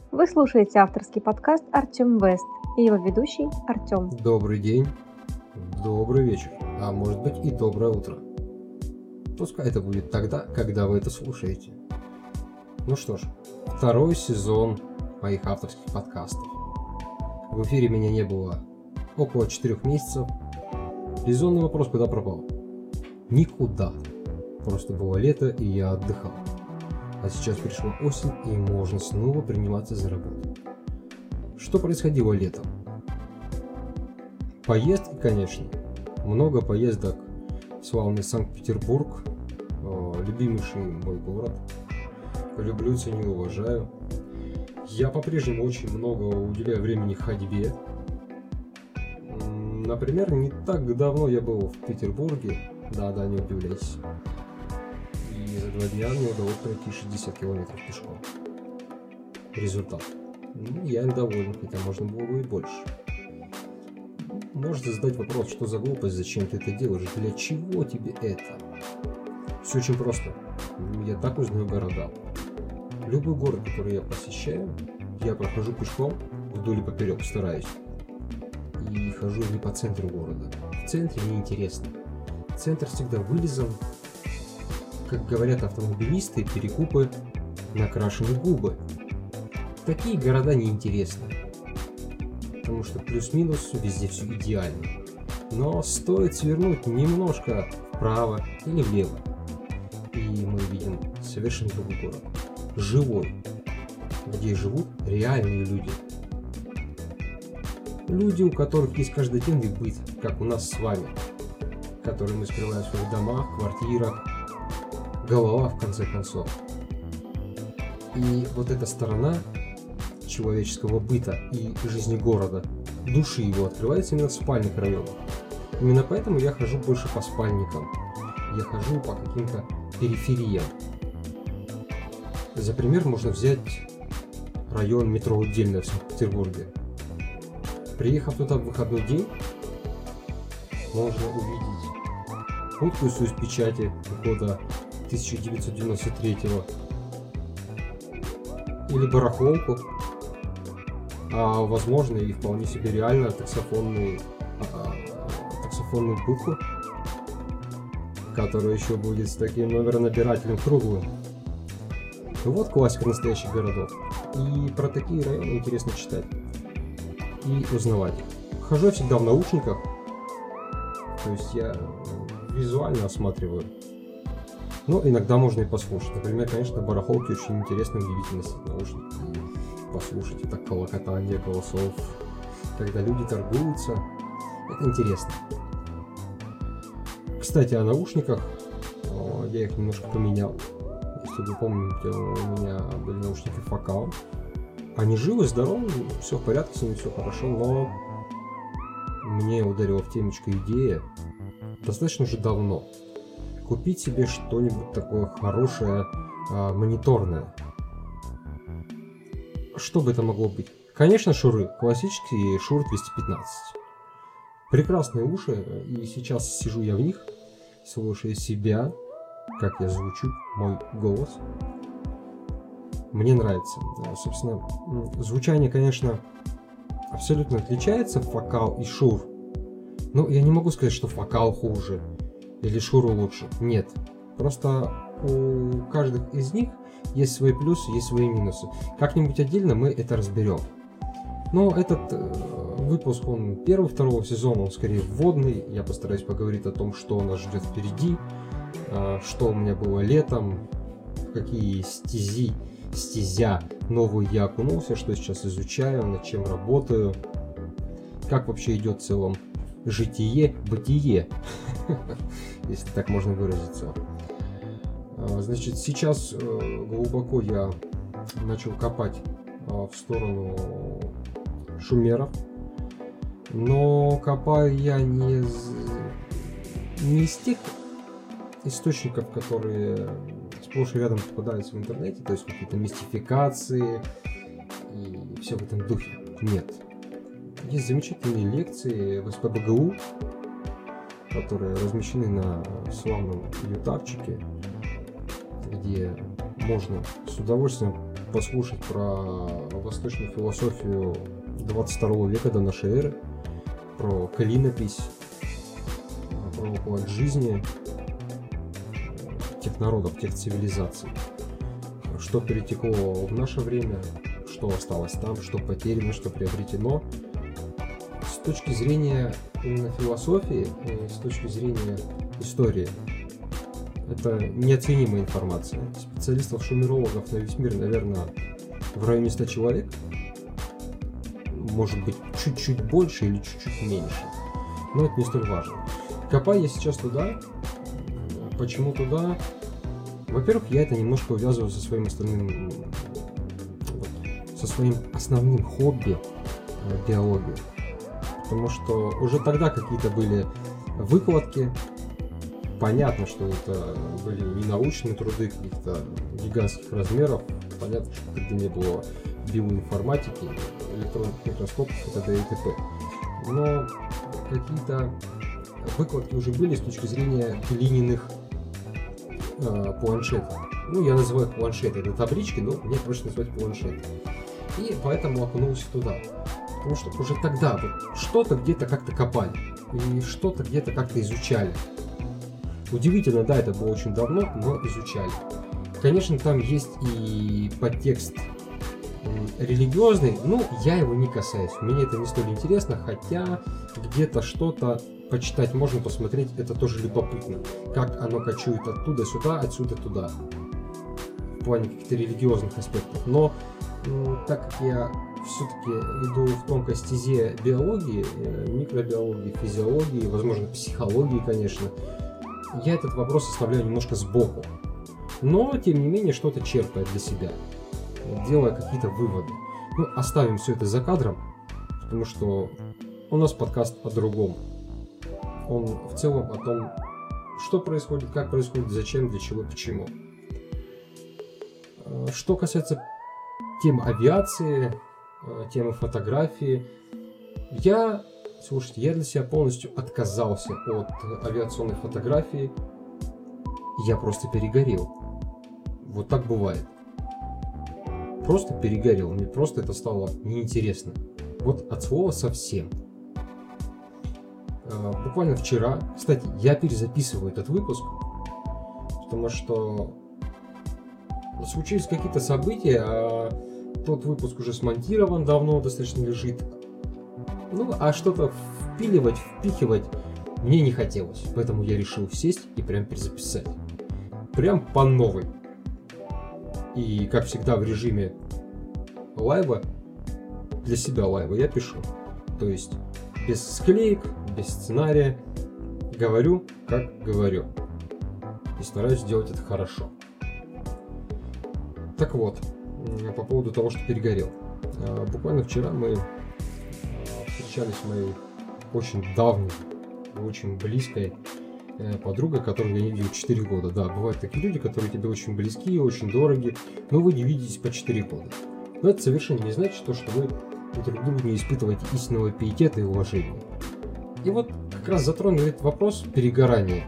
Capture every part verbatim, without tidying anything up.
Вы слушаете авторский подкаст Артем Вест и его ведущий Артем. Добрый день, добрый вечер, а может быть и доброе утро. Пускай это будет тогда, когда вы это слушаете. Ну что ж, второй сезон моих авторских подкастов. В эфире меня не было около четырех месяцев. Резонный вопрос: куда пропал? Никуда. Просто было лето, и я отдыхал. А сейчас пришла осень, и можно снова приниматься за работу. Что происходило летом? Поездки, конечно. Много поездок в славный Санкт-Петербург. Любимейший мой город. Люблю, ценю, уважаю. Я по-прежнему очень много уделяю времени ходьбе. Например, не так давно я был в Петербурге. Да-да, не удивляйтесь. И за два дня мне удалось пройти шестьдесят километров пешком. Результат. Ну, я им доволен, хотя можно было бы и больше. Можете задать вопрос, что за глупость, зачем ты это делаешь, для чего тебе это? Все очень просто. Я так узнаю города. Любой город, который я посещаю, я прохожу пешком вдоль и поперек, стараюсь. И хожу не по центру города. В центре неинтересно. Центр всегда вылизан. Как говорят автомобилисты, перекупы, накрашены губы. Такие города неинтересны. Потому что плюс-минус везде все идеально. Но стоит свернуть немножко вправо или влево, и мы видим совершенно другой город. Живой. Где живут реальные люди. Люди, у которых есть каждодневный быт, как у нас с вами. Которые мы скрываем в своих домах, квартирах, головах, в конце концов. И вот эта сторона человеческого быта и жизни города, души его, открывается именно в спальных районах. Именно поэтому я хожу больше по спальникам. Я хожу по каким-то перифериям. За пример можно взять район метро Удельное в Санкт-Петербурге. Приехав туда в выходной день, можно увидеть пунктую союз печати года тысяча девятьсот девяносто третьего или барахолку, а возможно и вполне себе реально таксофонную, а, таксофонную будку, которая еще будет с таким номеронабирателем круглым. Вот классика настоящих городов. И про такие районы интересно читать и узнавать. Хожу я всегда в наушниках, то есть я визуально осматриваю. Но иногда можно и послушать. Например, конечно, барахолки очень интересная удивительность наушников. Послушать это колокотание голосов, когда люди торгуются. Это интересно. Кстати, о наушниках. Я их немножко поменял. Если вы помните, у меня были наушники Focal. Они живы, здоровы, все в порядке с ними, все хорошо, но мне ударила в темечко идея достаточно уже давно купить себе что-нибудь такое хорошее, а, мониторное. Что бы это могло быть? Конечно, шуры, классические Шур двести пятнадцать. Прекрасные уши, и сейчас сижу я в них, слушая себя, как я звучу, мой голос. Мне нравится. Собственно, звучание, конечно, абсолютно отличается, Focal и Шур. Но я не могу сказать, что Focal хуже или Шур лучше. Нет. Просто у каждых из них есть свои плюсы, есть свои минусы. Как-нибудь отдельно мы это разберем. Но этот э, выпуск, он первый, второго сезона, он скорее вводный. Я постараюсь поговорить о том, что нас ждет впереди, э, что у меня было летом, в какие стези, стезя новую я окунулся, что сейчас изучаю, над чем работаю, как вообще идет в целом житие, бытие, если так можно выразиться. Значит, сейчас глубоко я начал копать в сторону шумеров, но копаю я не из, не из тех источников, которые сплошь и рядом попадаются в интернете, то есть какие-то мистификации и все в этом духе. Нет. Есть замечательные лекции в эс пэ бэ гэ у, которые размещены на славном ютубчике, где можно с удовольствием послушать про восточную философию двадцать второго века до нашей эры, про клинопись, про уклад жизни тех народов, тех цивилизаций, что перетекло в наше время, что осталось там, что потеряно, что приобретено. С точки зрения именно философии, с точки зрения истории, это неоценимая информация. Специалистов-шумерологов на весь мир, наверное, в районе ста человек. Может быть, чуть-чуть больше или чуть-чуть меньше. Но это не столь важно. Копаю я сейчас туда. Почему туда? Во-первых, я это немножко увязываю со своим остальным, со своим основным хобби — биологией. Потому что уже тогда какие-то были выкладки. Понятно, что это были не научные труды каких-то гигантских размеров. Понятно, что тогда не было биоинформатики, электронных микроскопов и т.д. и т.п. Но какие-то выкладки уже были с точки зрения глиняных э, планшетов. Ну, я называю их планшеты, это таблички, но мне проще назвать планшеты. И поэтому окунулся туда. Потому что уже тогда вот что-то где-то как-то копали, и что-то где-то как-то изучали. Удивительно, да, это было очень давно, но изучали. Конечно, там есть и подтекст религиозный, но я его не касаюсь. Мне это не столь интересно, хотя где-то что-то почитать можно, посмотреть, это тоже любопытно. Как оно кочует оттуда сюда, отсюда туда. В плане каких-то религиозных аспектов. Но так как я все-таки иду в тонкой стезе биологии, микробиологии, физиологии, возможно, психологии, конечно, я этот вопрос оставляю немножко сбоку. Но, тем не менее, что-то черпаю для себя, делая какие-то выводы. Ну, оставим все это за кадром, потому что у нас подкаст о другом. Он в целом о том, что происходит, как происходит, зачем, для чего, почему. Что касается тем авиации, темы фотографии, я, слушайте, я для себя полностью отказался от авиационной фотографии. Я просто перегорел. Вот так бывает. Просто перегорел. Мне просто это стало неинтересно. Вот от слова совсем. Буквально вчера, кстати, я перезаписываю этот выпуск, потому что случились какие-то события, а тот выпуск уже смонтирован, давно достаточно лежит. Ну, а что-то впиливать, впихивать мне не хотелось. Поэтому я решил сесть и прям перезаписать. Прям по новой. И, как всегда, в режиме лайва, для себя лайва я пишу. То есть, без склеек, без сценария. Говорю, как говорю. И стараюсь делать это хорошо. Так вот, по поводу того, что перегорел. Буквально вчера мы встречались с моей очень давней, очень близкой подругой, которую я не видел четыре года. Да, бывают такие люди, которые тебе очень близки, очень дороги, но вы не видитесь по четыре года. Но это совершенно не значит, то, что вы друг другу не испытываете истинного пиетета и уважения. И вот как раз затронули этот вопрос перегорания.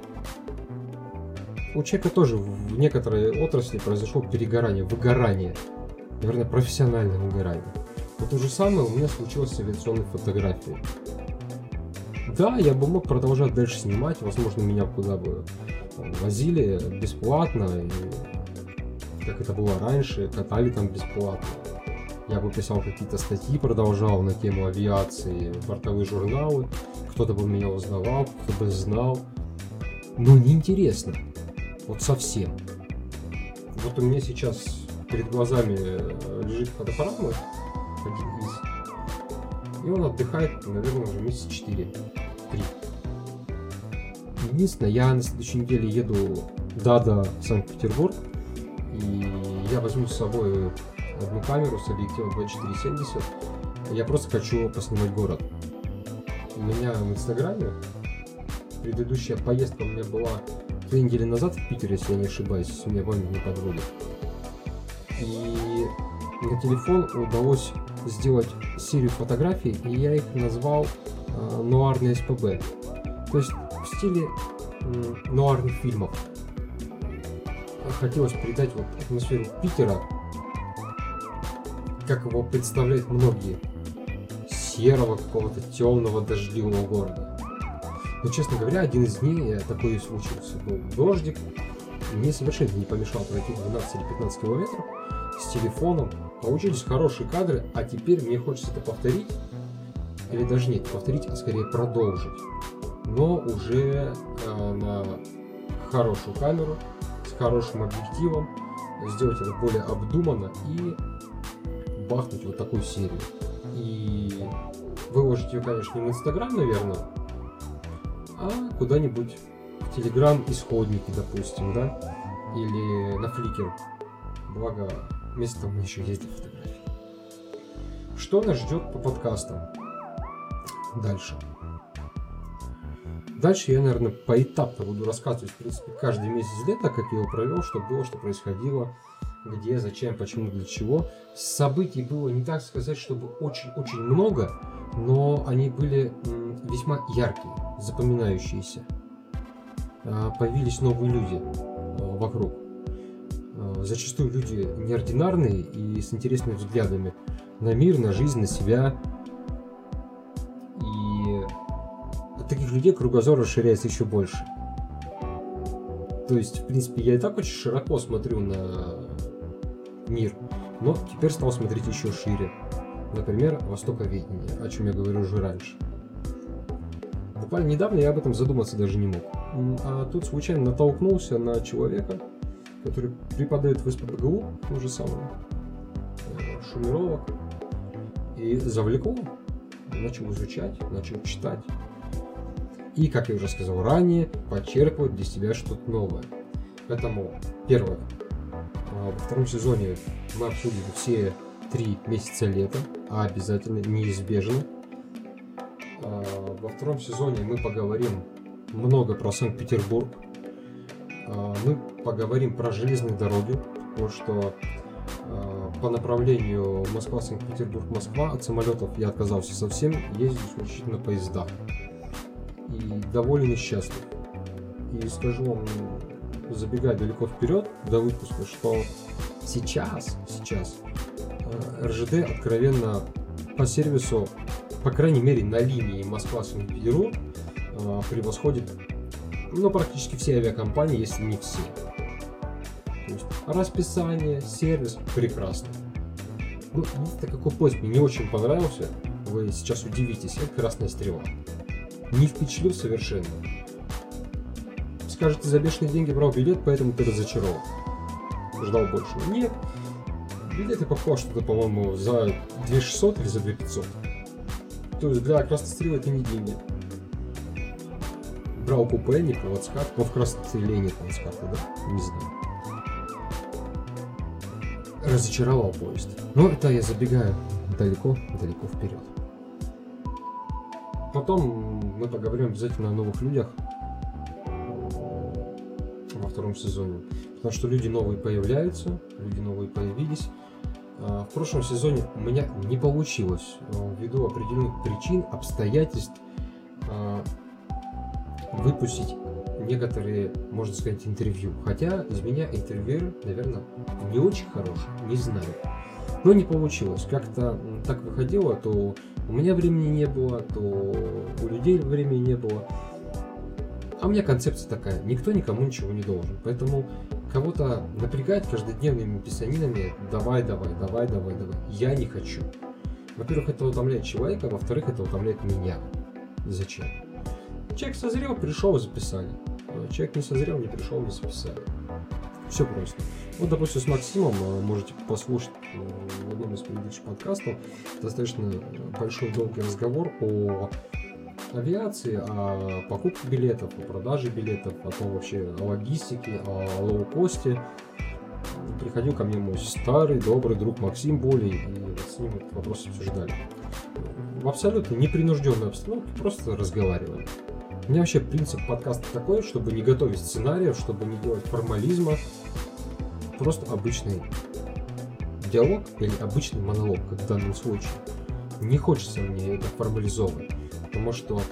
У человека тоже в некоторой отрасли произошло перегорание, выгорание. Наверное, профессиональное выгорание. Но то же самое у меня случилось с авиационной фотографией. Да, я бы мог продолжать дальше снимать, возможно, меня куда бы возили бесплатно, и, как это было раньше, катали там бесплатно. Я бы писал какие-то статьи, продолжал на тему авиации, бортовые журналы, кто-то бы меня узнавал, кто-то бы знал. Но неинтересно. Вот совсем. Вот у меня сейчас перед глазами лежит фотоаппарат мой, один из, и он отдыхает, наверное, уже месяца четыре-три. Единственное, я на следующей неделе еду до Санкт-Петербург, и я возьму с собой одну камеру с объективом двадцать четыре семьдесят. Я просто хочу поснимать город. У меня в Инстаграме предыдущая поездка у меня была две недели назад в Питере, если я не ошибаюсь, если меня память не подводит. И на телефон удалось сделать серию фотографий, и я их назвал э, нуарный СПБ. То есть в стиле э, нуарных фильмов. Хотелось передать вот атмосферу Питера как его представляют многие, серого какого-то темного дождливого города. Но, честно говоря, один из дней такой и случился. Был дождик, и мне совершенно не помешал пройти двенадцать или пятнадцать километров с телефоном. Получились хорошие кадры, а теперь мне хочется это повторить, или даже нет, повторить, а скорее продолжить. Но уже э, на хорошую камеру, с хорошим объективом, сделать это более обдуманно и бахнуть вот такую серию. И выложить ее, конечно, не в Инстаграм, наверное, а куда-нибудь в Телеграм исходники, допустим, да, или на Фликер. Благо, вместо того еще есть фотографии. Что нас ждет по подкастам дальше? Дальше я, наверное, поэтапно буду рассказывать, в принципе, каждый месяц лета, как я его провел, что было, что происходило, где, зачем, почему, для чего. Событий было не так сказать, чтобы очень-очень много, но они были весьма яркие, запоминающиеся. Появились новые люди вокруг. Зачастую люди неординарные и с интересными взглядами на мир, на жизнь, на себя. И от таких людей кругозор расширяется еще больше. То есть, в принципе, я и так очень широко смотрю на мир, но теперь стал смотреть еще шире. Например, востоковедение, о чем я говорил уже раньше. Буквально недавно я об этом задуматься даже не мог. А тут случайно натолкнулся на человека, который преподает в СПбГУ, то же самое, шумировок, и завлекло. Начал изучать, начал читать. И, как я уже сказал ранее, подчеркивать для себя что-то новое. Поэтому, первое, во втором сезоне мы обсудим все три месяца лета, а обязательно, неизбежно. Во втором сезоне мы поговорим много про Санкт-Петербург. Мы поговорим про железные дороги, потому что по направлению Москва-Санкт-Петербург-Москва от самолетов я отказался совсем, ездил исключительно на поездах. И доволен и счастлив. И скажу вам, забегая далеко вперед до выпуска, что сейчас, сейчас РЖД откровенно по сервису, по крайней мере на линии Москва-Санкт-Петербург, превосходит, ну, практически все авиакомпании, если не все. То есть расписание, сервис прекрасно. Ну, единственное, какой поезд мне не очень понравился, вы сейчас удивитесь, это «Красная стрела». Не впечатлил совершенно. Скажете, за бешеные деньги брал билет, поэтому ты разочарован. Ждал больше. Нет. Билеты покупал что-то, по-моему, за две тысячи шестьсот или за две тысячи пятьсот. То есть для «Красной стрелы» это не деньги. Брал купе, не плацкарт, но в «Красной стреле» нет плацкарта, да? Не знаю. Разочаровал поезд. Но это я забегаю далеко, далеко вперед. Потом мы поговорим обязательно о новых людях во втором сезоне. Потому что люди новые появляются, люди новые появились. В прошлом сезоне у меня не получилось, ввиду определенных причин, обстоятельств, выпустить некоторые, можно сказать, интервью. Хотя из меня интервьюер, наверное, не очень хороший, не знаю. Но не получилось. Как-то так выходило, то у меня времени не было, то у людей времени не было. А у меня концепция такая: никто никому ничего не должен. Поэтому кого-то напрягать каждодневными писанинами: давай, давай, давай, давай, давай. Я не хочу. Во-первых, это утомляет человека, во-вторых, это утомляет меня. Зачем? Человек созрел, пришел, записали. Человек не созрел, не пришел, не записали. Все просто. Вот, допустим, с Максимом можете послушать в одном из предыдущих подкастов достаточно большой долгий разговор о авиации, о покупке билетов, о продаже билетов, о том вообще, о логистике, о лоукосте. Приходил ко мне мой старый, добрый друг Максим Болей, и вот с ним этот вопрос обсуждали. В абсолютно непринужденной обстановке просто разговаривали. У меня вообще принцип подкаста такой, чтобы не готовить сценариев, чтобы не делать формализма. Просто обычный диалог или обычный монолог, как в данном случае. Не хочется мне это формализовывать, потому что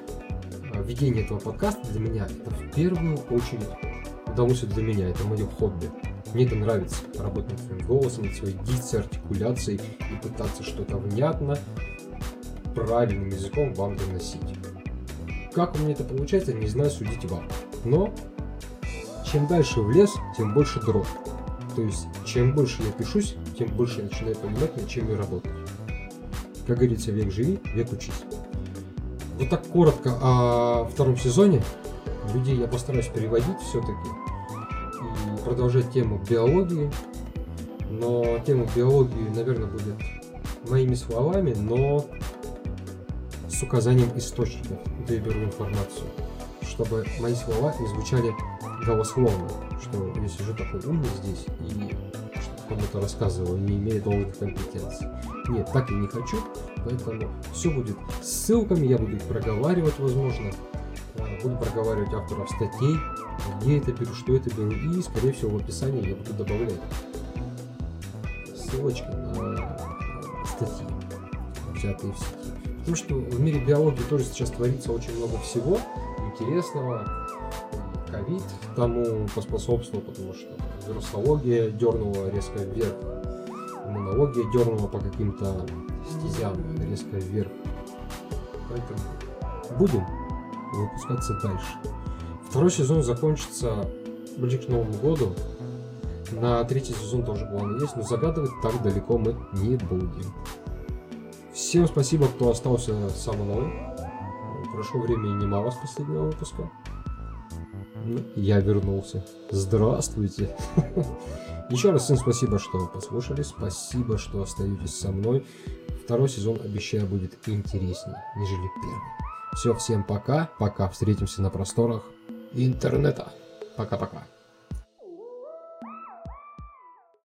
ведение этого подкаста для меня — это в первую очередь удовольствие для меня, это мое хобби. Мне это нравится, работать над своим голосом, над своей дикцией, артикуляцией и пытаться что-то внятно, правильным языком вам доносить. Как у меня это получается, не знаю, судите вам. Но чем дальше в лес, тем больше дров. То есть, чем больше я пишусь, тем больше я начинаю понимать, над чем я работаю. Как говорится, век живи, век учись. Вот так коротко о втором сезоне. Людей я постараюсь переводить все-таки и продолжать тему биологии. Но тема биологии, наверное, будет моими словами, но с указанием источников, где я беру информацию, чтобы мои слова не звучали голословно, что я сижу такой умный здесь и кому-то рассказываю, не имея должных компетенций. Нет, так я не хочу, поэтому все будет с ссылками, я буду их проговаривать, возможно, буду проговаривать авторов статей, где это беру, что это беру, и, скорее всего, в описании я буду добавлять ссылочки на статьи, взятые в сети. Потому что в мире биологии тоже сейчас творится очень много всего интересного. Ковид тому поспособствовал, потому что вирусология дернула резко вверх, иммунология дернула по каким-то стезям резко вверх. Поэтому будем выпускаться дальше. Второй сезон закончится ближе к Новому году. На третий сезон тоже планы есть, но загадывать так далеко мы не будем. Всем спасибо, кто остался со мной. Прошло времени немало с последнего выпуска. Я вернулся. Здравствуйте. Еще раз всем спасибо, что послушали. Спасибо, что остаетесь со мной. Второй сезон, обещаю, будет интереснее, нежели первый. Все, всем пока. Пока. Встретимся на просторах интернета. Пока-пока.